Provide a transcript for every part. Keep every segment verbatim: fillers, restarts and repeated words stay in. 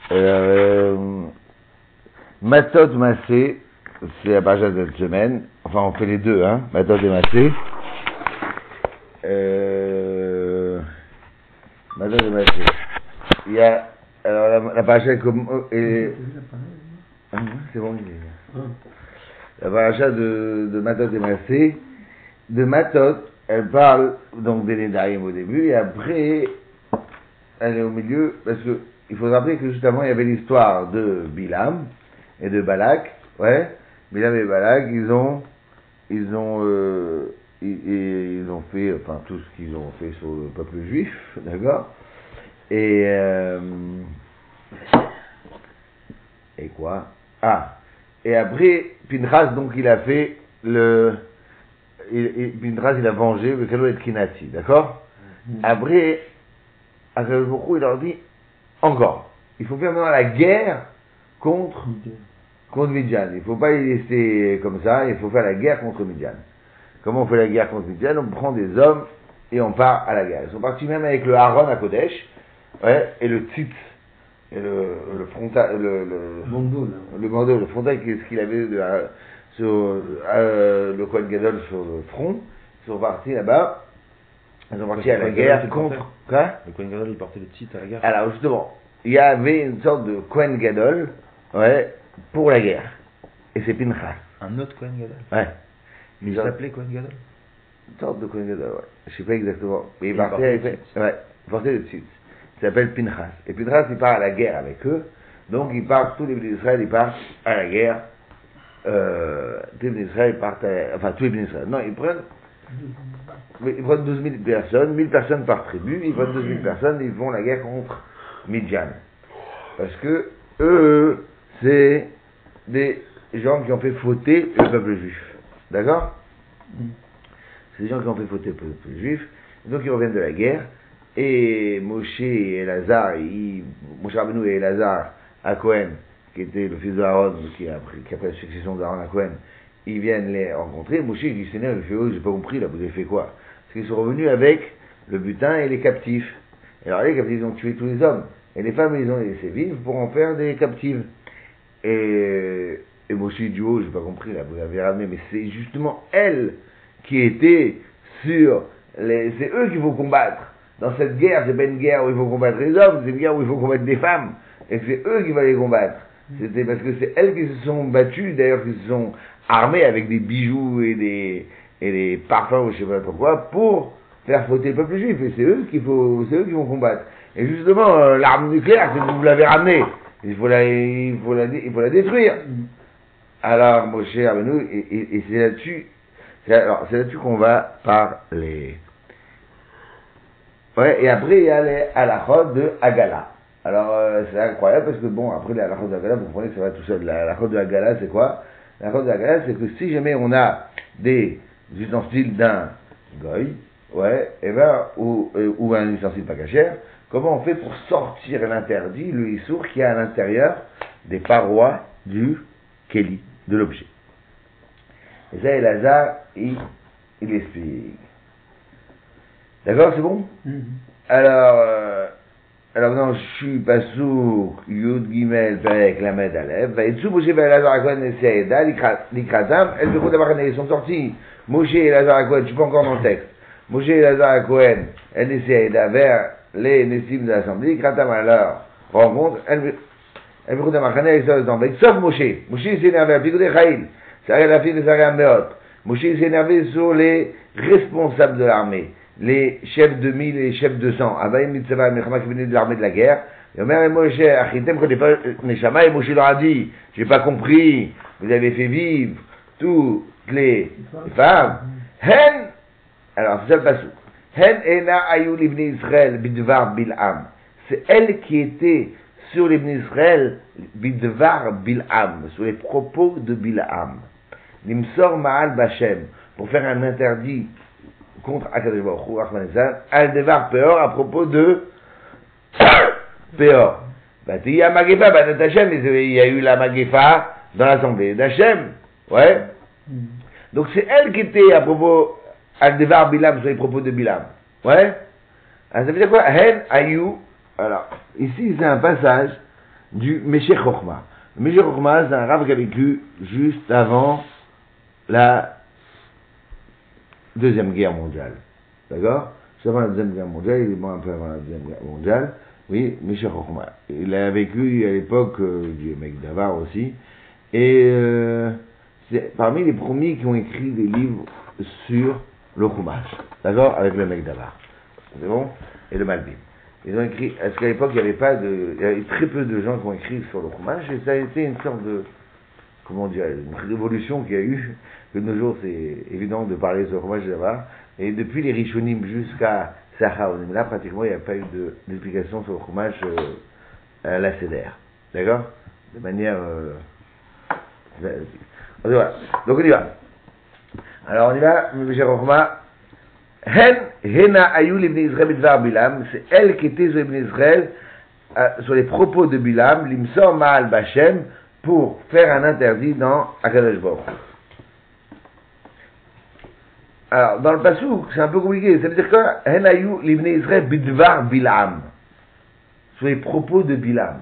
Euh, Matot Massé, c'est la paracha de cette semaine. Enfin, on fait les deux, hein. Matot et Massé. Euh, Matot et Massé. Il y a, alors la, la paracha est comme, est, ah, c'est bon, il est, la paracha de, de Matot et Massé, de Matot, elle parle donc des Nédarim au début, et après, elle est au milieu, parce que, il faut se rappeler que juste avant, il y avait l'histoire de Bilam et de Balak, ouais, Bilam et Balak, ils ont, ils ont, euh, ils, ils ont fait, enfin, tout ce qu'ils ont fait sur le peuple juif, d'accord, et, euh, et quoi, ah, et après, Pinchas, donc, il a fait le, il, il, Pinchas, il a vengé le Kalo et Kinati, d'accord, mm-hmm. Après, Akadosh Baruch Hu, il leur dit, encore, il faut faire maintenant la guerre contre, contre Midjan. Il ne faut pas les laisser comme ça, il faut faire la guerre contre Midjan. Comment on fait la guerre contre Midjan? On prend des hommes et on part à la guerre. Ils sont partis même avec le Aaron à Kodesh, ouais, et le tzitz, et le, le frontal, le, le, bandeau, le bandeau, le frontal, qu'est-ce qu'il avait de, sur, euh, le Kohen Gadol sur le front. Ils sont partis là-bas. Ils sont partis à la guerre contre... Quoi? Le Kohen Gadol, il portait le titre à la guerre. Alors justement, il y avait une sorte de Kohen Gadol, ouais, pour la guerre. Et c'est Pinchas. Un autre Kohen Gadol? Ouais. Il s'appelait Kohen Gadol? Une sorte de Kohen Gadol, ouais. Je sais pas exactement. Mais il, il partait avec... Ouais, il portait le titre. Il s'appelle Pinchas. Et Pinchas, il part à la guerre avec eux. Donc ils partent, tous les bénis d'Israël, ils partent à la guerre. Euh, tous les bénis d'Israël partent à... Enfin, tous les bénis d'Israël. Non, ils prennent... Ils prennent douze mille personnes, mille personnes par tribu, ils prennent douze mille personnes et ils font la guerre contre Midjan. Parce que eux, c'est des gens qui ont fait fauter le peuple juif. D'accord? C'est des gens qui ont fait fauter le peuple juif. Donc ils reviennent de la guerre. Et Moshe et Elazar, ils, Moshe Rabbeinu et Elazar à Cohen, qui était le fils d'Aaron, qui a pris, qui a pris la succession d'Aaron à Cohen, ils viennent les rencontrer. Moshe il dit Seigneur, il fait oh, j'ai pas compris là, vous avez fait quoi? Parce qu'ils sont revenus avec le butin et les captifs. Et alors les captifs ils ont tué tous les hommes. Et les femmes ils ont laissé vivre pour en faire des captives. Et, et Moshe dit oh, j'ai pas compris là, vous avez ramené, mais c'est justement elles qui étaient sur les. C'est eux qu'il faut combattre. Dans cette guerre, c'est pas une guerre où il faut combattre les hommes, c'est une guerre où il faut combattre des femmes. Et c'est eux qui vont les combattre. C'était parce que c'est elles qui se sont battues, d'ailleurs qui se sont armées avec des bijoux et des, et des parfums ou je sais pas trop quoi, pour faire fauter le peuple juif. Et c'est eux qu'il faut, c'est eux qui vont combattre. Et justement, euh, l'arme nucléaire, c'est que vous l'avez ramenée. Il faut la, il faut la, il faut la détruire. Alors, Moshe Rabbeinu, et, et, et c'est là-dessus, c'est, alors, c'est là-dessus qu'on va parler. Ouais, et après, il y a les halachot de Hagala. Alors, euh, c'est incroyable parce que, bon, après les halachot de Hagala, vous comprenez que ça va tout seul. La halachot de Hagala, c'est quoi? La halachot de Hagala, c'est que si jamais on a des ustensiles d'un goy, ouais, et ben, ou, ou un ustensile pas cachère, comment on fait pour sortir l'interdit, le issour qui est à l'intérieur des parois du keli, de l'objet? Et ça, Elazar, il, il explique. D'accord, c'est bon? Mm-hmm. Alors, euh, alors non, je suis pas sourd, Yud Gimel, Perek, Lamed, Aleph, va être sous Moshe et Elazar à Cohen et Seïda, l'Ikratam, elles veulent d'abord, ils sont sortis, Moshe et Elazar à Cohen, je suis pas encore dans le texte, Moshe et Elazar à Cohen, elles et Seïda vers les Nessim de l'Assemblée, l'Ikratam à leur rencontre, elles veulent d'abord, elles sont dans le sauf Moshe, Moshe s'est énervé à Pico de Chaïl, c'est la fille de Sarah Meot, Moshe s'est énervé sur les responsables de l'armée, les chefs de mille et les chefs de cent, Abaïm Mitzvah, Mechama qui venaient de l'armée de la guerre, et Omer et Moshe, Achitem, connaît pas Neshama, et Moshe leur a dit, j'ai pas compris, vous avez fait vivre toutes les femmes, Hen, alors c'est ça le passou, Hen ena ayou l'ibni Israël, bidvar bil'am, c'est elle qui était sur l'ibni Israël, bidvar bil'am, sur les propos de Bil'am, Nimsor ma'al Bachem, pour faire un interdit contre Akadosh Baruch Hu, Rahman Ezan, Al-Devar Peor, à propos de Peor. Bah, il y a Magefa, bah, d'Hachem, il y a eu la Magefa dans l'assemblée d'Hachem. Ouais. Mm. Donc c'est elle qui était à propos, Al-Devar Bilam, sur les propos de Bilam. Ouais. Alors ça veut dire quoi? Hen, Ayou. Alors, ici c'est un passage du Meshech Chochma. Le Meshech Chochma, c'est un Rav qui a vécu juste avant la Deuxième Guerre mondiale. D'accord? Juste avant la Deuxième Guerre mondiale, il est mort un peu avant la Deuxième Guerre mondiale. Oui, Meshech Chochma. Il a vécu à l'époque euh, du Meg Davar aussi. Et euh, c'est parmi les premiers qui ont écrit des livres sur le Chumash. D'accord? Avec le Meg Davar. C'est bon? Et le Malbim. Ils ont écrit, parce qu'à l'époque, il n'y avait pas de, il y avait très peu de gens qui ont écrit sur le Chumash, et ça a été une sorte de, comment dire, une révolution qu'il y a eu, que de nos jours, c'est évident de parler sur le Chumash d'abord, et depuis les Rishonim jusqu'à Sachaonim, là, pratiquement, il n'y a pas eu de, d'explication sur le Chumash, euh, à la Seder. D'accord? De manière, euh, voilà. Donc on y va. Alors on y va, M. Chochma. Hen, Hena Ayou l'Ibn Israël Bidvar Bilam, c'est elle qui était sur l'Ibn Israël, euh, sur les propos de Bilam, l'Imsor Ma'al Bachem, pour faire un interdit dans Akadosh Baruch Hu. Alors, dans le Passouk, c'est un peu compliqué, ça veut dire quoi? Hen Ayou l'Ibn Israël Bidvar Bilam, sur les propos de Bilam.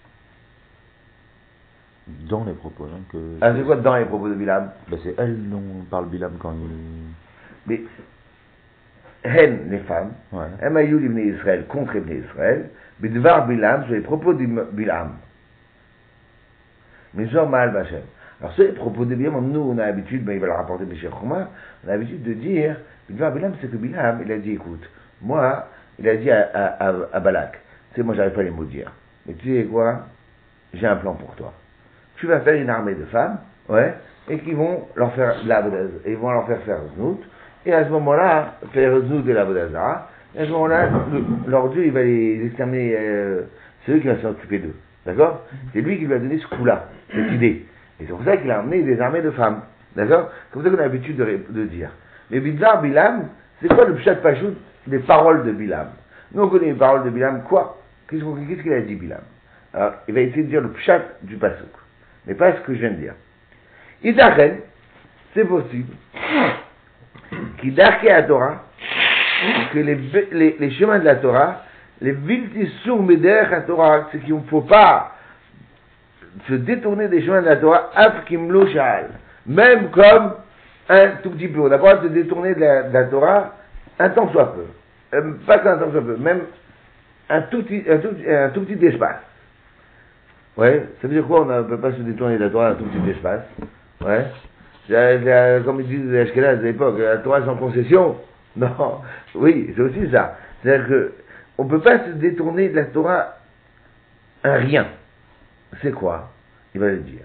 Dans les propos, hein, que... Ah, c'est quoi dans les propos de Bilam? Ben, c'est elle dont parle Bilam quand il... Mais... Hen, les femmes, ouais. Emayou l'Ibn Israël contre Ibn Israël, Bidvar Bilam, sur les propos de Bilam. Mais genre Maal Bachem. Alors, sur les propos de Bilam, nous, on a l'habitude, ben, il va le rapporter Meshech Chochma, on a l'habitude de dire, Bidvar Bilam, c'est que Bilam, il a dit, écoute, moi, il a dit à, à, à, à Balak, tu sais, moi, j'arrive pas à les maudire, mais tu sais quoi, j'ai un plan pour toi. Tu vas faire une armée de femmes, ouais, et qui vont leur faire la et ils vont leur faire faire znout. Et à ce moment-là, faire nous de la Vodazara, et à ce moment-là, le, leur Dieu, il va les exterminer, euh, c'est eux qui vont s'occuper d'eux. D'accord? C'est lui qui lui a donné ce coup-là, cette idée. Et c'est pour ça qu'il a emmené des armées de femmes. D'accord? Comme ça qu'on a l'habitude de, de dire. Mais Bidvar Bilam, c'est quoi le Pshat Pachout des paroles de Bilam? Nous, on connaît les paroles de Bilam, quoi? Qu'est-ce, qu'est-ce qu'il a dit, Bilam? Alors, il va essayer de dire le Pshat du Passouk. Mais pas ce que je viens de dire. Idachen, c'est possible. Qui d'arquer à Torah, que les, les, les chemins de la Torah, les viltis sourmeder à Torah, c'est qu'il ne faut pas se détourner des chemins de la Torah, afkimlo sha'al, même comme un tout petit peu. On n'a pas le droit de se détourner de la, de la Torah un tant soit peu. Euh, pas qu'un tant soit peu, même un tout petit, un tout, un tout petit espace. Ouais, ça veut dire quoi? On ne peut pas se détourner de la Torah un tout petit espace. Ouais. Comme ils disent les Ashkenazes à l'époque, la Torah sans concession. Non, oui, c'est aussi ça. C'est-à-dire que on ne peut pas se détourner de la Torah un rien. C'est quoi? Il va le dire.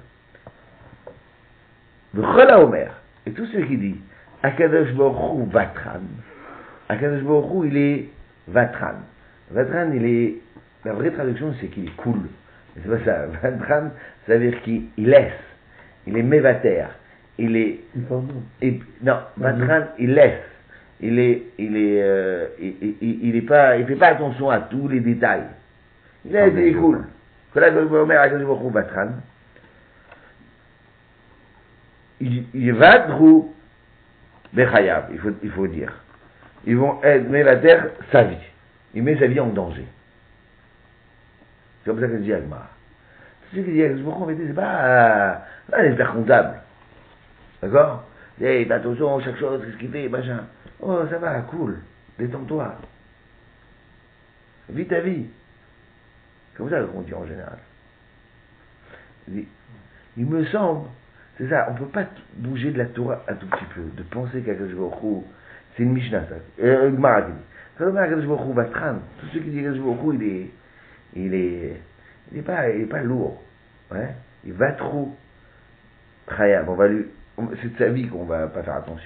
Le Chola Omer, et tout ce qui dit, Akadosh Baruch Hu Vatran. Akadosh Baruch Hu, il est Vatran. Vatran, il est. La vraie traduction, c'est qu'il est cool. C'est pas ça. Vatran, ça veut dire qu'il laisse. Il est mévater. Il est, il, non, Vatran, il laisse, il est, il est, euh, il, il, il est pas, il fait pas attention à tous les détails. Il a été cool. Il, il va drou, bechayab, il faut, il faut dire. Ils vont être, mais la terre, sa vie. Il met sa vie en danger. C'est comme ça que dit Agmar. C'est ce que dit Agmar, c'est pas, pas un expert comptable. D'accord? Hey, fais attention, chaque chose, qu'est-ce qu'il fait, machin. Oh, ça va, cool, détends-toi. Vis ta vie. Comme ça qu'on dit en général. Il, il me semble, c'est ça, on ne peut pas bouger de la Torah un tout petit peu, de penser qu'Akadosh Baruch Hu, c'est une Mishnah, ça. Euh, Gemara qui dit. Quand on a Akadosh Baruch Hu Vatran, tous ceux qui disent Akadosh Baruch Hu, il est, il est, il est pas, il est pas lourd. Ouais? Il va trop. Chayab, on va lui. C'est de sa vie qu'on va pas faire attention.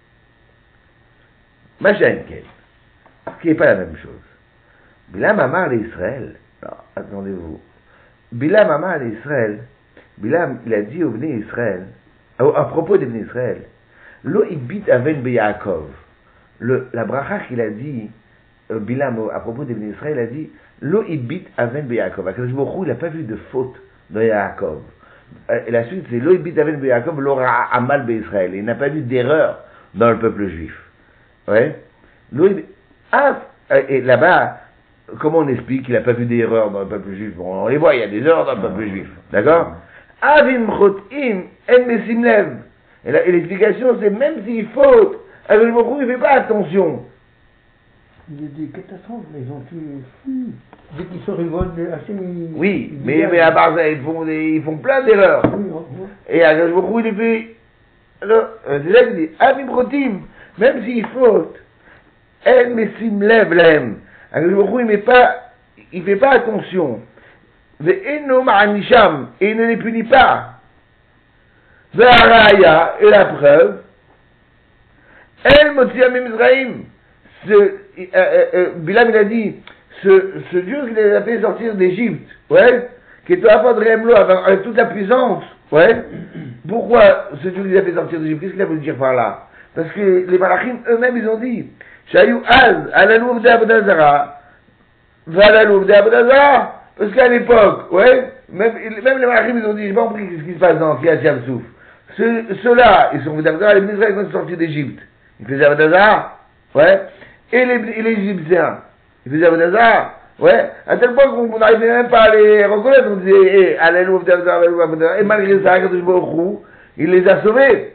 Machin Ken, ce qui n'est pas la même chose. Bilam Amar l'Israël, attendez-vous. Bilam Amar l'Israël, Bilam, il a dit au Bnei Israël, à, à propos des Bnei Israël, Lo ibit aven beyaakov. La bracha qu'il a dit, euh, Bilam, à propos des Bnei Israël, il a dit, Lo ibit aven beyaakov. Akadosh Baruch Hu, il n'a pas vu de faute dans Yaakov. Et la suite, c'est Loïbit Aven Beyaakov l'aura amal Israël. Il n'a pas vu d'erreur dans le peuple juif. Ouais. Ah, et là-bas, comment on explique qu'il n'a pas vu d'erreurs dans le peuple juif? Bon, on les voit, il y a des erreurs dans le peuple juif. D'accord? Avim chotim en mesim lev. Et l'explication, c'est même s'il faute, avec beaucoup, il ne fait pas attention. Il y a des catastrophes, mais ils ont tué. Dès qu'ils se révoltent, Hachem. Oui, il, mais, mais à part ça, ils font, des, ils font plein d'erreurs. Oui, et à beaucoup, il fait. Alors, c'est ça qu'il dit. Avim chotim, même s'il faute, en mesim lev lem. Avec beaucoup, il ne met pas, il fait pas attention. Et il ne les punit pas. Ve'araya, et la preuve, El Motsiam Mizraïm, ce, euh, euh, Bilam il a dit, ce, ce Dieu qui les a fait sortir d'Égypte, ouais, qui est à de Rémlo avec toute la puissance, ouais, pourquoi ce Dieu qui les a fait sortir d'Égypte? Qu'est-ce qu'il a voulu dire par là? Parce que les Malachim eux-mêmes ils ont dit, Shayou Az, Alalou Abdazara, Valalou Abdazara, parce qu'à l'époque, ouais, même, même les Malachim ils ont dit, j'ai pas compris ce qui se passe dans Kiat Yamsouf. Ceux-là, ils sont Abdazara, les Israéliens qui sont sortis d'Égypte. Ils faisaient Abdazara, ouais, et les, et les Égyptiens, ils faisaient Abdazara, ouais, à tel point qu'on n'arrivait même pas à les reconnaître, on disait, eh, Alalou Abdazara, Alalou Abdazara, et malgré ça, Kadosh Baruch Hu, il les a sauvés.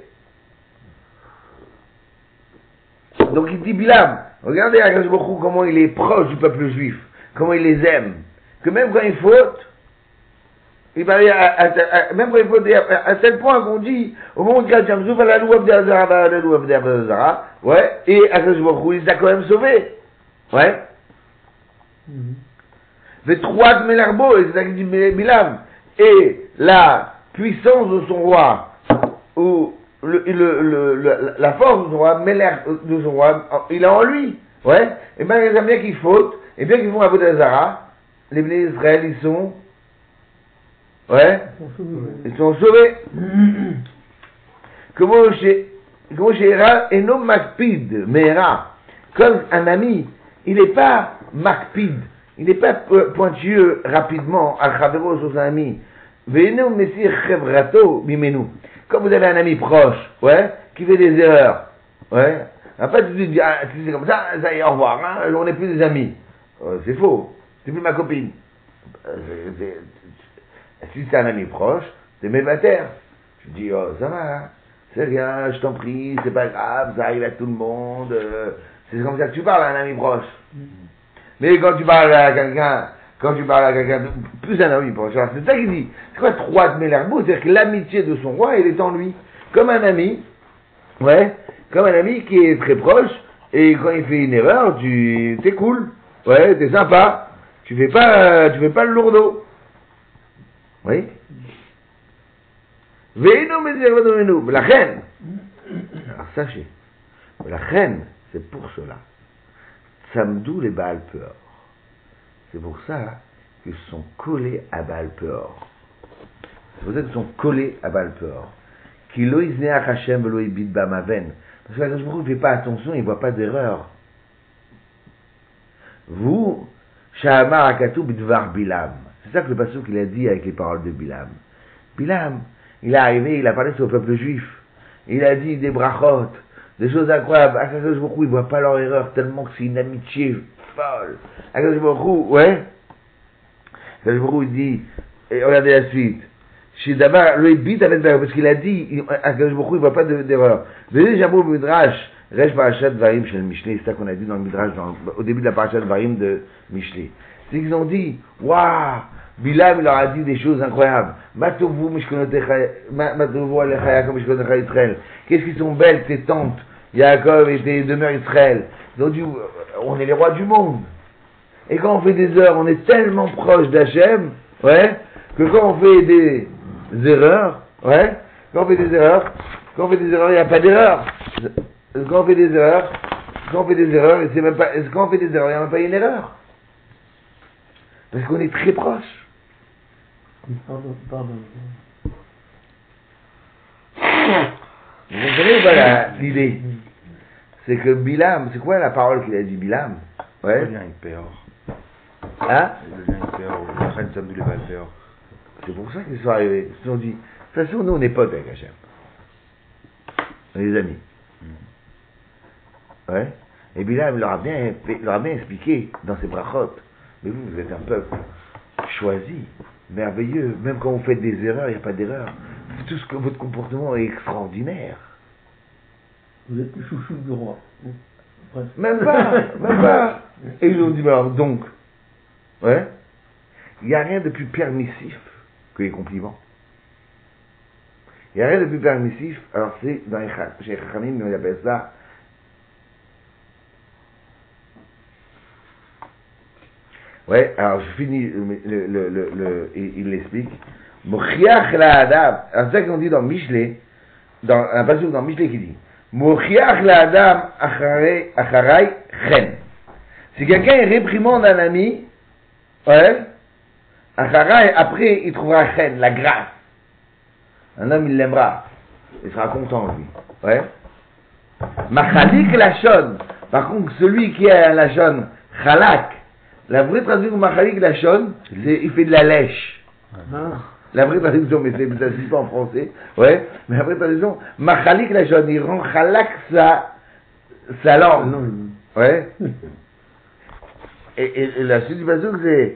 Donc il dit Bilam, regardez Akadosh Baruch Hu comment il est proche du peuple juif, comment il les aime, que même quand il faute, il va à, à, à, même quand il faute, à, à tel point qu'on dit, au moment où il dit Amzouf, la loi Abdazara, la loi Abdazara, ouais, et Akadosh Baruch Hu, il les a quand même sauvés, ouais. Mais trois de Mélarbo, et c'est ça qu'il dit Bilam, et la puissance de son roi, ou Le, le, le, le, la force de son roi, de son roi, il a en lui, ouais, et bien il bien qu'ils fautent, et bien qu'ils font Abodazara, les bénis d'Israël, ils sont, ouais, ils sont sauvés. Comment chez, comment chez Hera, et non Makpid, mais Hera, comme un ami, il n'est pas Makpid, il n'est pas pointueux rapidement, Al-Khavero sur son ami, Ve'enu Messir Chevrato, Bimenu. Comme vous avez un ami proche, ouais, qui fait des erreurs, ouais, après tu te dis, ah, tu dis comme ça, ça y est, au revoir, hein, on n'est plus des amis. Euh, c'est faux, c'est plus ma copine. Euh, c'est, c'est, si c'est un ami proche, c'est mes bataires. Je dis, oh, ça va, hein, c'est rien, je t'en prie, c'est pas grave, ça arrive à tout le monde, euh, c'est comme ça que tu parles à un ami proche. Mais quand tu parles à quelqu'un, Quand tu parles à quelqu'un, plus un ami, c'est ça qu'il dit. C'est quoi trois de Mélarbo? C'est-à-dire que l'amitié de son roi, elle est en lui. Comme un ami, ouais, comme un ami qui est très proche, et quand il fait une erreur, tu, t'es cool, ouais, t'es sympa, tu fais pas, tu fais pas le lourdeau. Oui? Veinu mezervadovenu, la reine. Alors sachez, la reine, c'est pour cela. Samdou les Baal Peor. C'est pour ça qu'ils sont collés à Baal Peor. C'est pour ça qu'ils sont collés à Baal Peor. Qui loïzneach Hashem velo ibid bamaven. Parce que Akadosh Baruch Hu ne fait pas attention, il ne voit pas d'erreur. Vous, Shahamar Akatu bidvar Bilam. C'est ça que le pasteur qu'il a dit avec les paroles de Bilam. Bilam, il est arrivé, il a parlé sur le peuple juif. Il a dit des brachot, des choses incroyables. Akadosh Baruch Hu, il ne voit pas leur erreur tellement que c'est une amitié folle. Akadosh Baruch Hu, ouais. Akadosh Baruch Hu, il dit, et regardez la suite. Chez Damar, le bit avec d'erreur, parce qu'il a dit, Akadosh Baruch Hu, il ne voit pas d'erreur. Venez, j'avoue, Midrash, Resh Parashat Varim chez le Mishlei, c'est ça qu'on a dit dans le Midrash, dans, au début de la Parashat Varim de Mishlei. C'est qu'ils ont dit, waouh, Bilam, il leur a dit des choses incroyables. Matovu, Mishkonotecha, Matovu, Alecha, comme Mishkonotecha Israël. Qu'est-ce qu'ils sont belles, tes tantes, Yaakov et tes demeures Israël. Ils ont dit, on est les rois du monde. Et quand on fait des heures, on est tellement proche d'Hachem, ouais, que quand on fait des erreurs, ouais, quand on fait des erreurs, quand on fait des erreurs, il n'y a pas d'erreur. Quand on fait des erreurs, quand on fait des erreurs, c'est même pas, quand on fait des erreurs, il n'y a même pas une erreur. Parce qu'on est très proche. Pardon, pardon. Vous comprenez ou pas la, l'idée? C'est que Bilam, c'est quoi la parole qu'il a dit Bilam? Ouais. Le lien avec Péor. Hein? Le lien avec Péor, la reine Samdou les Baal Péor. C'est pour ça qu'ils sont arrivés. Ils se sont dit, de toute façon, nous on est potes avec Hachem. On est des amis. Mm. Ouais. Et Bilam leur a bien, leur a bien expliqué dans ses brachot Mais vous, vous êtes un peuple choisi, merveilleux. Même quand vous faites des erreurs, il n'y a pas d'erreur. Tout ce que votre comportement est extraordinaire. Vous êtes le chouchou du roi. Même pas, même pas. Et ils ont dit, alors donc, ouais, il n'y a rien de plus permissif que les compliments. Il n'y a rien de plus permissif, alors c'est dans les chez Khamim, on appelle ça ouais, alors je finis le, le, le, le, le il, il l'explique. Mochiach la Adam, alors c'est ça qu'on dit dans Michelet, dans un passage dans Michelet qui dit Mochiach la Adam acharai chen. Si quelqu'un réprimande un ami, ouais, acharai, après il trouvera chen, la grâce. Un homme il l'aimera, il sera content lui, ouais. Machalik lachon, par contre celui qui a un lachon chalak, la vraie traduction de Machalik Lachon, c'est il fait de la lèche. Ah. La vraie traduction, mais c'est, ça ne se dit pas en français, ouais, mais la vraie traduction, Machalik Lachon, il rend Chalak sa, sa langue. Ouais. Et, et, et la suite du passage, c'est.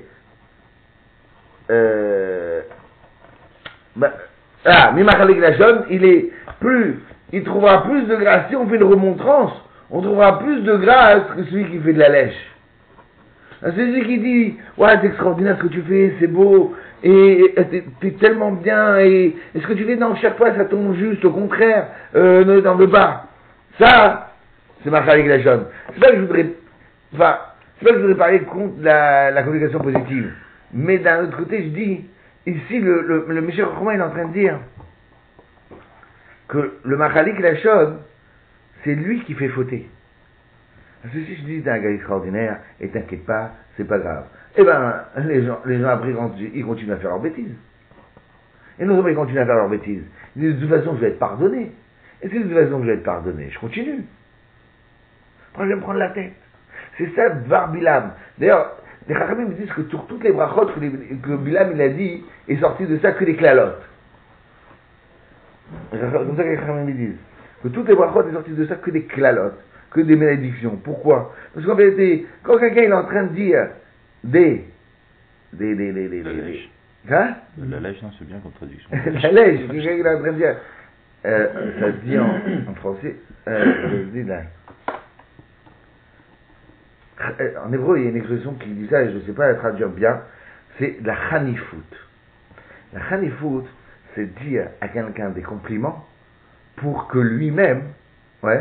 Euh, bah, ah, mais Machalik Lachon, il est plus. Il trouvera plus de grâce. Si on fait une remontrance, on trouvera plus de grâce que celui qui fait de la lèche. C'est celui qui dit, ouais, c'est extraordinaire ce que tu fais, c'est beau, et t'es, t'es tellement bien, et, et ce que tu fais dans chaque fois, ça tombe juste, au contraire, euh, ne t'en veux pas. Ça, c'est Machalik Lachon. C'est pas que je voudrais, enfin, c'est pas que je voudrais parler contre la, la communication positive, mais d'un autre côté, je dis, ici, le, le, le Meshech Chochma, il est en train de dire que le Machalik Lachon, c'est lui qui fait fauter. Parce que si je dis t'es un gars extraordinaire, et t'inquiète pas, c'est pas grave. Eh ben, les gens, les gens après, ils continuent à faire leurs bêtises. Et non seulement ils continuent à faire leurs bêtises, ils disent de toute façon je vais être pardonné. Et si de toute façon je vais être pardonné, je continue. Après je vais me prendre la tête. C'est ça, Dvar Bilam. D'ailleurs, les Chachamim me disent que sur toutes les brachot que, les, que Bilam il a dit, est sorti de ça que les clalotes. C'est comme ça que les Chachamim me disent. Que toutes les brachot est sorti de ça que des clalotes. Que des malédictions. Pourquoi? Parce qu'en vérité, quand quelqu'un il est en train de dire des... des... des... des... des... La des... lèche. Hein? La lèche, non, c'est bien comme traduction. La lèche, quelqu'un qui est en train de dire... Euh, ça se dit en, en français... Euh, ça se dit là... En hébreu, il y a une expression qui dit ça, et je ne sais pas la traduire bien, c'est la chanifout. La chanifout, c'est dire à quelqu'un des compliments pour que lui-même, ouais,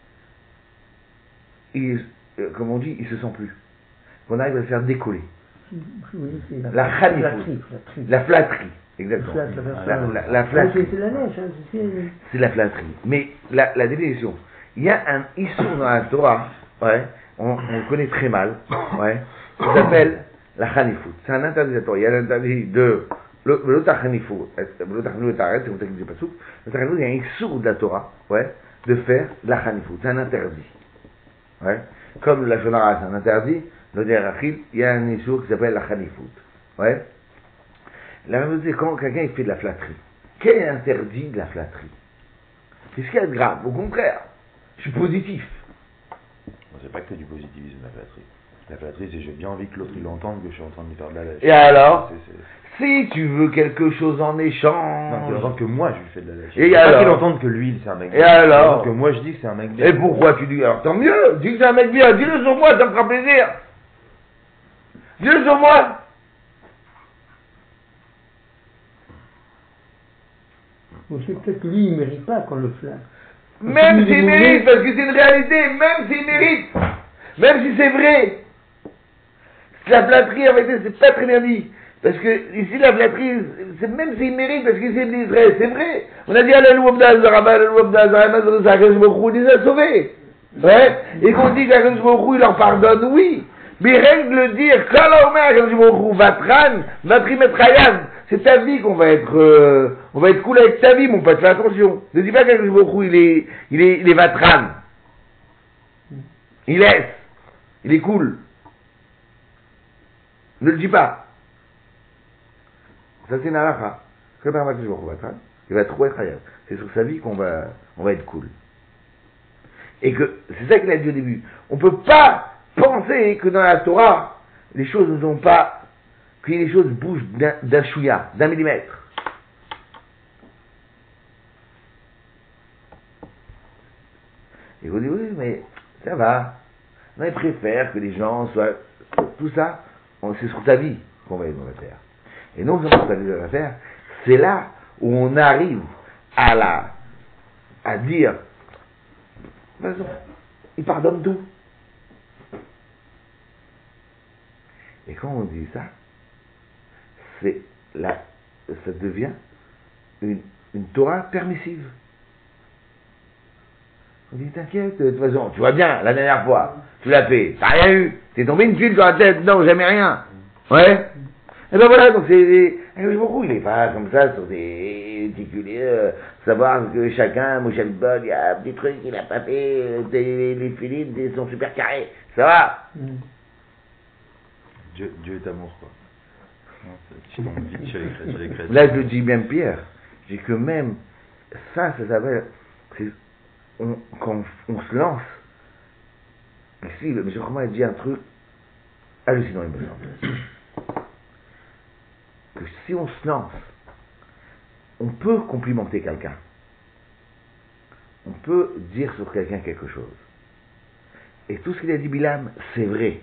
il, euh, comme on dit, il se sent plus. Qu'on arrive à le faire décoller. Oui, la, la chanifout. La flatterie. Exactement. La, la, la, la flatterie. C'est la neige, hein, c'est... c'est la flatterie. Mais la, la définition, il y a un issur dans la Torah, ouais, on, on le connaît très mal, ouais, qui s'appelle la chanifout. C'est un interdit de la Torah. Il y a l'interdit de l'autre chanifout, l'autre chanifout, c'est comme ça qu'il ne dit pas soupe. L'autre chanifout, il y a un issur de la Torah, ouais, de faire la chanifout. C'est un interdit. Ouais. Comme la shonara, c'est un interdit, le derachil, il y a un issur qui s'appelle la chanifout. Ouais. La même chose, c'est quand quelqu'un il fait de la flatterie. Quel est l'interdit de la flatterie? Qu'est-ce qu'il y a de grave? Au contraire, je suis positif. C'est pas que du positivisme, la flatterie. La flatterie, c'est j'ai bien envie que l'autre il entende que je suis en train de lui faire de la lèche. Et alors c'est, c'est... Si tu veux quelque chose en échange... Non, qu'il entende que moi je lui fais de la lèche. Et il alors pas qu'il entende que lui, c'est un mec bien. Et alors que moi je dis que c'est un mec bien. Et pourquoi tu dis... Alors tant mieux, dis que c'est un mec bien, dis-le sur moi, ça me fera plaisir. Dis-le sur moi. Ou c'est peut-être que lui, il ne mérite pas qu'on le flatte. Même s'il mérite, parce que c'est une réalité, même s'il mérite, même si c'est vrai. La flatterie, en fait, c'est pas très bien dit. Parce que ici, la flatterie, c'est même s'il mérite, parce qu'il c'est d'Israël, c'est vrai. On a dit, Alléluia, Abdazar, Alléluia, Abdazar, il les a sauvés. Ouais. Et qu'on dit qu'Akadosh Baruch Hu, il leur pardonne, oui. Mais rien de le dire, quand on met Akadosh Baruch Hu, Vatran, Vatrimetrayav, c'est ta vie qu'on va être, euh, on va être cool avec ta vie, mon pote, fais attention. Ne dis pas qu'Akadosh Baruch Hu, il est, il est, il est Vatran. Il laisse. Il est cool. Ne le dis pas. Ça c'est une halakha. Il va trouver Khayab. C'est sur sa vie qu'on va, on va être cool. Et que, c'est ça qu'il a dit au début. On ne peut pas penser que dans la Torah, les choses ne sont pas, que les choses bougent d'un, d'un chouïa, d'un millimètre. Et vous dites, oui, mais ça va. Non, ils préfèrent que les gens soient... Tout ça, on, c'est sur ta vie qu'on va, on va faire. Et non seulement sur ta vie qu'on va faire, c'est là où on arrive à la... à dire... Il pardonne tout. Et quand on dit ça, c'est la, ça devient une, une Torah permissive. On dit, t'inquiète, de toute façon, tu vois bien, la dernière fois, tu l'as fait, t'as rien eu, t'es tombé une tuile sur la tête, non, jamais rien. Ouais. Et ben voilà, donc c'est, et beaucoup, il est pas comme ça sur des particuliers, euh, savoir que chacun, Moshe Bol, il y a un petit truc qu'il a pas fait, les, les Philippe, ils sont super carrés, ça va. Mm. Dieu, Dieu est amour, quoi. Non, c'est, on dit sur les, sur les chrétiens. Là, je le dis même Pierre, j'ai que même ça, ça s'appelle, c'est, on, quand on, on se lance, ici, le M. Romain a dit un truc hallucinant, il me semble. Que si on se lance, on peut complimenter quelqu'un. On peut dire sur quelqu'un quelque chose. Et tout ce qu'il a dit Bilam, c'est vrai.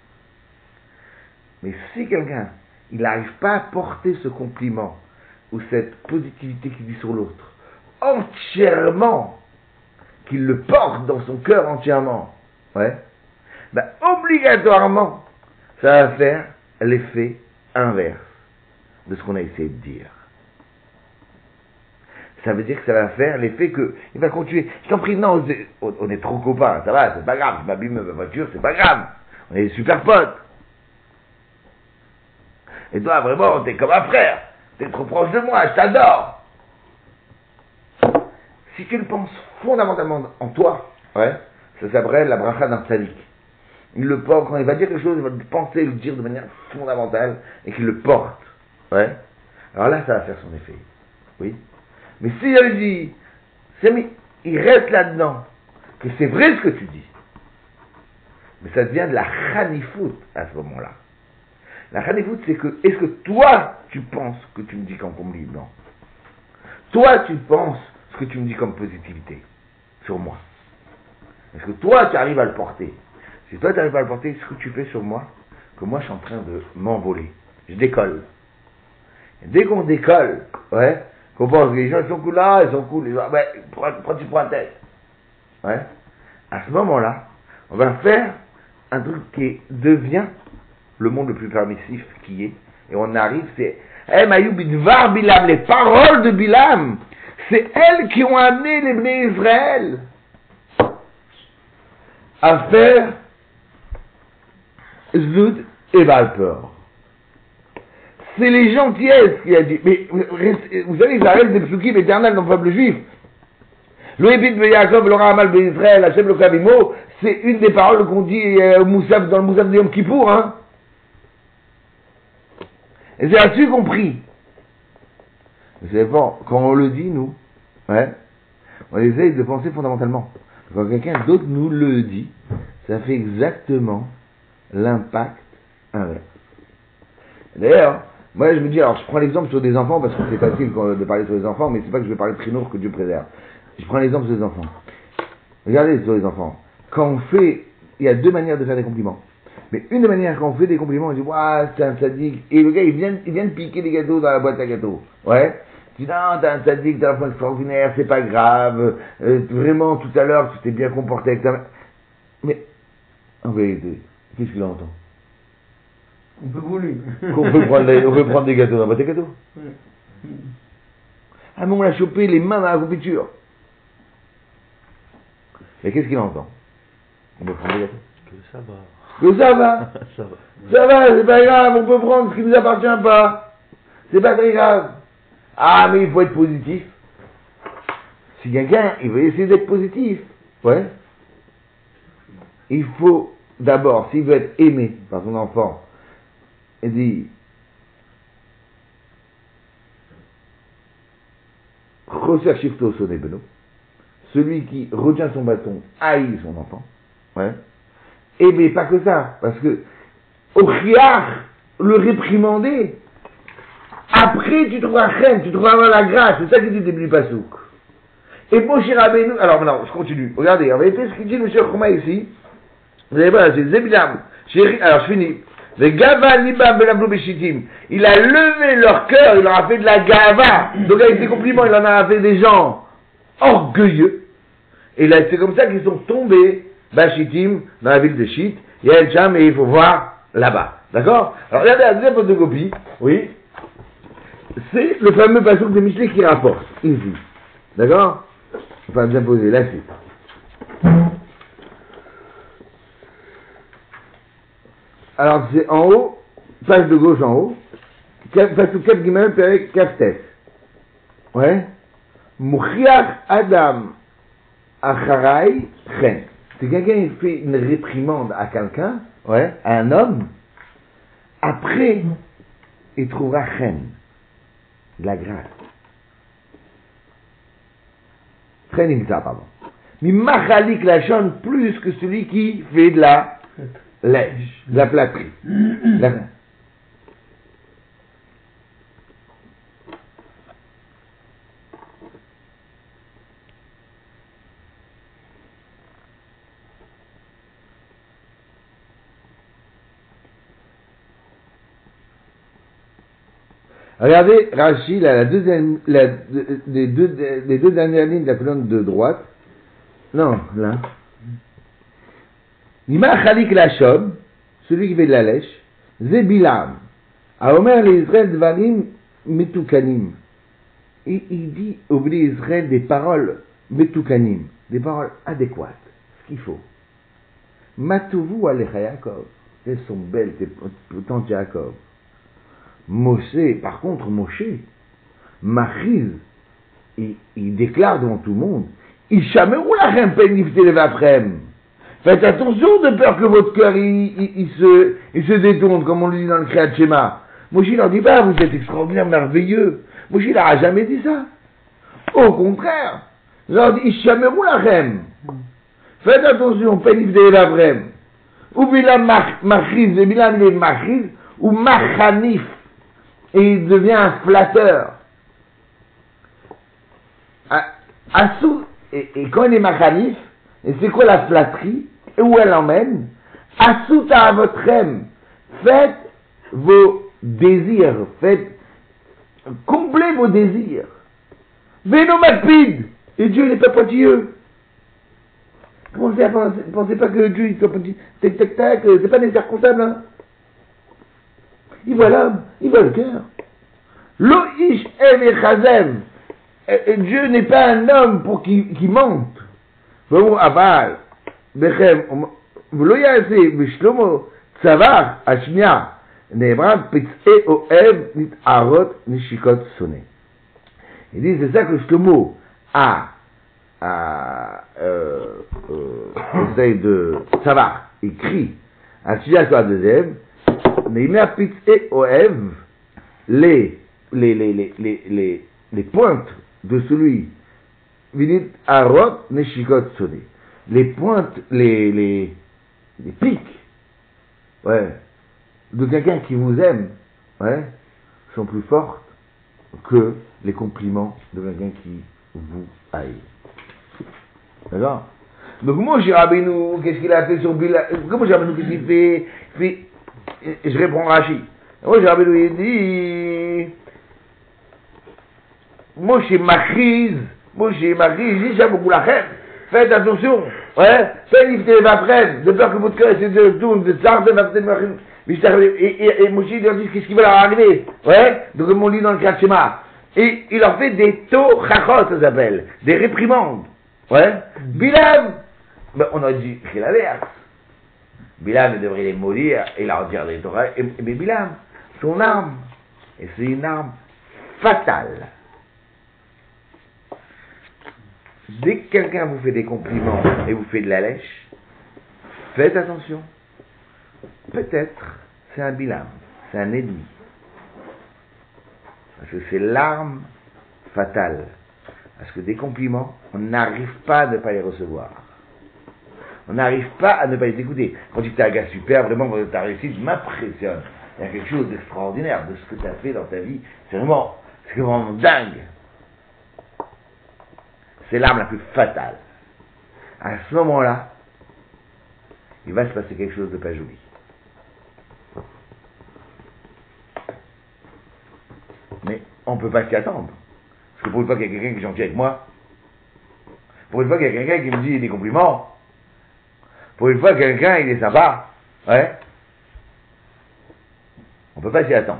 Mais si quelqu'un, il n'arrive pas à porter ce compliment ou cette positivité qu'il dit sur l'autre entièrement, qu'il le porte dans son cœur entièrement, ouais, ben obligatoirement, ça va faire l'effet inverse de ce qu'on a essayé de dire. Ça veut dire que ça va faire l'effet que il va continuer. Je t'en prie, non, on est trop copains, ça va, c'est pas grave, je m'abîme ma voiture, c'est pas grave. On est des super potes. Et toi, vraiment, t'es comme un frère. T'es trop proche de moi, je t'adore. Si tu le penses fondamentalement en toi, ouais, ça s'appelle la bracha d'un tzaddik. Il le porte, quand il va dire quelque chose, il va le penser, le dire de manière fondamentale, et qu'il le porte. Ouais. Alors là, ça va faire son effet. Oui. Mais si il dit, il reste là-dedans, que c'est vrai ce que tu dis, mais ça devient de la chanifout à ce moment-là. La chanifout, c'est que, est-ce que toi, tu penses que tu me dis comme compliment? Toi, tu penses ce que tu me dis comme positivité sur moi? Est-ce que toi, tu arrives à le porter? Si toi, tu arrives à le porter, ce que tu fais sur moi, que moi, je suis en train de m'envoler. Je décolle. Et dès qu'on décolle, ouais, qu'on pense que les gens, ils sont cool là, ils sont cool, ils sont, ouais, prends, prends, tu prends la tête. Ouais. À ce moment-là, on va faire un truc qui devient le monde le plus permissif qui est, et on arrive, c'est, eh, Mayou Bidvar Bilam, les paroles de Bilam, c'est elles qui ont amené les Bnei Israël à faire Zoud et Balpeur. C'est les gentillesses qu'il a dit. Mais vous savez, ça reste des psukim éternels dans le peuple juif. L'Oébit de Yaakov, le Rahamal de Israël, Hachem le Kavimo, c'est une des paroles qu'on dit euh, Moussaf, dans le Moussaf de Yom Kippour. Hein. Et c'est là-dessus qu'on prie. C'est bon, quand on le dit, nous, ouais, on essaye de penser fondamentalement. Quand quelqu'un d'autre nous le dit, ça fait exactement l'impact inverse. D'ailleurs, moi je me dis, alors je prends l'exemple sur des enfants parce que c'est facile de parler sur les enfants, mais c'est pas que je vais parler de Trinour que Dieu préserve. Je prends l'exemple sur les enfants. Regardez sur les enfants. Quand on fait, il y a deux manières de faire des compliments. Mais une des manières, quand on fait des compliments, on dit, waouh, c'est un sadique. Et le gars, il vient, il vient de piquer des gâteaux dans la boîte à gâteaux. Ouais. Tu dis, non, t'es un sadique, t'as un point extraordinaire, c'est pas grave. Euh, vraiment, tout à l'heure, tu t'es bien comporté avec ta mère. Mais, en vérité, qu'est-ce qu'il entend? On peut voler. Qu'on peut prendre des, on peut prendre des gâteaux dans la boîte à gâteaux. Ouais. Ah, mais on l'a chopé les mains dans la confiture. Mais qu'est-ce qu'il entend? On peut prendre des gâteaux. Que ça va. Que ça va. Ça va. Ça va, c'est pas grave, on peut prendre ce qui nous appartient pas. C'est pas très grave. Ah, mais il faut être positif. Si quelqu'un, il veut essayer d'être positif, ouais, il faut d'abord, s'il veut être aimé par son enfant, il dit, Choser Shifto Soné Beno, celui qui retient son bâton haït son enfant, ouais, et mais pas que ça, parce que au chiach, le réprimander. Après, tu trouveras chen, tu trouveras la grâce. C'est ça qui dit au début du pasouk. Et Moshe Rabbeinu, alors maintenant, je continue. Regardez, en vérité, ce qu'il dit le monsieur Chouma ici, vous allez voir, c'est Zebilam. Alors, je finis. Le Gava Libam Belamblou Beshitim. Il a levé leur cœur, il leur a fait de la Gava. Donc, avec ses compliments, il en a fait des gens orgueilleux. Et là, c'est comme ça qu'ils sont tombés, Bashitim, dans la ville de Shit. Il y a un cham et il faut voir là-bas. D'accord? Alors, regardez la deuxième photocopie. Oui. C'est le fameux passouk de Michelet qui rapporte, ici. D'accord? Enfin, bien posé, la suite. Alors, c'est en haut, page de gauche en haut, passouk Kef Gimel Perek Kaftes. Ouais? Mouchiach Adam Acharai Chen. C'est quelqu'un qui fait une réprimande à quelqu'un, ouais, à un homme, après, il trouvera Chen. De la grâce. Trenimza, pardon. Mais Machalik Lachon plus que celui qui fait de la lèche, de la plâtrerie. La... Regardez, Rashi, là, la deuxième, la, les, deux, les deux dernières lignes de la colonne de droite. Non, là. Nima Khalik Lachon, celui qui fait de la lèche, Zebilam, a Omer les Israël Dvarim Metukanim. Et il dit au blé Israël des paroles Metukanim, des paroles adéquates, ce qu'il faut. Matuvu Alecha Yaakov, elles sont belles, tes tantes Yaakov. Moshe, par contre, Moshe, Machiz, il, il déclare devant tout le monde, Ishameru lachem penifte levaprem. Faites attention de peur que votre cœur il, il, il, se, il se détourne, comme on le dit dans le Kriyat Shema. Moshe leur dit pas, vous êtes extraordinaire, merveilleux. Moshe leur a jamais dit ça. Au contraire, il leur dit Ishameru lachem. Faites attention, penifte levaprem. Ou bilam machiz, et bilam il est machiz, ou machanif. Et il devient un flatteur. Assou, et, et quand il est machanif, et c'est quoi la flatterie, et où elle emmène, Assouta à votre âme, faites vos désirs, faites, comblez vos désirs. Véno Macpid, et Dieu n'est pas pointilleux. Pensez, à, pensez, pensez pas que Dieu est pas pointilleux. Tac, tac, tac, c'est pas des comptables, hein. Il voit l'homme, il voit le cœur. Loïch el chazem. Dieu n'est pas un homme pour qu'il qui mente. Vous aval, bechem, v'loyase, v'shlomo, tzavar, ashmia, nebra, pitzé, oev, nit arot, nishikot, sonné. Il dit, c'est ça que Shlomo a, a, euh, euh, essaye de, tzavar, écrit, ashmia, soit deuxième, mais il met à pitzé, oev, les, les, les, les, les, les, les pointes de celui Vinit Arot Neshikot Sone. Les pointes, les, les, les pics, ouais, de quelqu'un qui vous aime, ouais, sont plus fortes que les compliments de quelqu'un qui vous haït. D'accord? Donc, moi, Moshe Rabbeinu, qu'est-ce qu'il a fait sur Bila? Comment Moshe Rabbeinu, qu'est-ce qu'il fait? fait? Je réponds Rashi. Moshe Rabbeinu, il dit, Moshe Machiz, Moshe Machiz, il dit, j'aime beaucoup la chèvre. Faites attention, ouais, faites l'ifté vaprem, de peur que votre cœur se tourne, de tsar, de vaprem, et Moshe leur dit qu'est-ce qui va leur arriver, ouais, donc comme on lit dans le Kriyat Shema. Et il leur fait des tochachot, ça s'appelle, des réprimandes, ouais. Bilam, ben, on a dit, c'est l'inverse. Bilam, il devrait les maudire et leur dire des Torah, mais Bilam, son arme, et c'est une arme fatale. Dès que quelqu'un vous fait des compliments et vous fait de la lèche, faites attention. Peut-être c'est un Bilam, c'est un ennemi. Parce que c'est l'arme fatale. Parce que des compliments, on n'arrive pas à ne pas les recevoir. On n'arrive pas à ne pas les écouter. Quand tu es un gars super, vraiment, ta réussite m'impressionne. Il y a quelque chose d'extraordinaire de ce que tu as fait dans ta vie. C'est vraiment, c'est vraiment dingue. C'est l'arme la plus fatale. À ce moment-là, il va se passer quelque chose de pas joli. Mais on ne peut pas s'y attendre. Parce que pour une fois qu'il y a quelqu'un qui est gentil avec moi, pour une fois qu'il y a quelqu'un qui me dit des compliments, pour une fois quelqu'un il est sympa, ouais, on ne peut pas s'y attendre.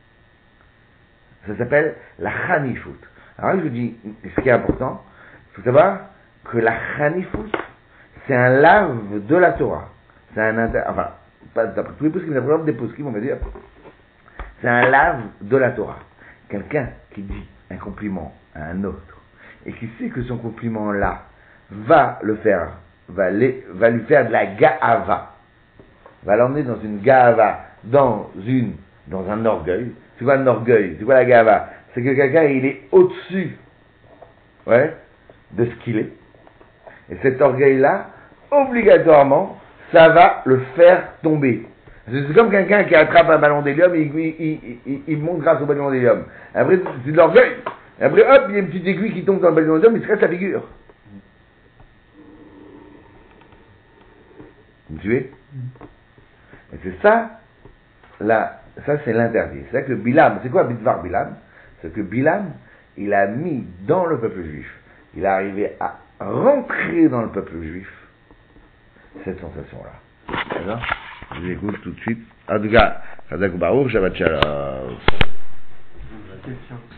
Ça s'appelle la chanifout. Alors là, je vous dis, ce qui est important, il faut savoir que la chanifout, c'est un lave de la Torah. C'est un inter... Enfin, pas d'après tous les poskim, d'après des poskim, on va dire, c'est un lave de la Torah. Quelqu'un qui dit un compliment à un autre, et qui sait que son compliment-là va le faire, va, les, va lui faire de la ga'ava, va l'emmener dans une ga'ava, dans une, dans un orgueil. C'est quoi un orgueil? C'est quoi la ga'ava? C'est que quelqu'un, il est au-dessus, ouais, de ce qu'il est. Et cet orgueil-là, obligatoirement, ça va le faire tomber. C'est comme quelqu'un qui attrape un ballon d'hélium et il, il, il, il monte grâce au ballon d'hélium. Après, c'est de l'orgueil. Après, hop, il y a une petite aiguille qui tombe dans le ballon d'hélium, il se casse la figure. Vous me suivez? Et c'est ça, là, ça c'est l'interdit. C'est ça que Bilam, c'est quoi Bidvar Bilam? C'est que Bilam, il a mis dans le peuple juif, il est arrivé à rentrer dans le peuple juif cette sensation-là. D'accord? Je vous écoute tout de suite. En tout cas, Chazak Baruch, Shabbat Shalom.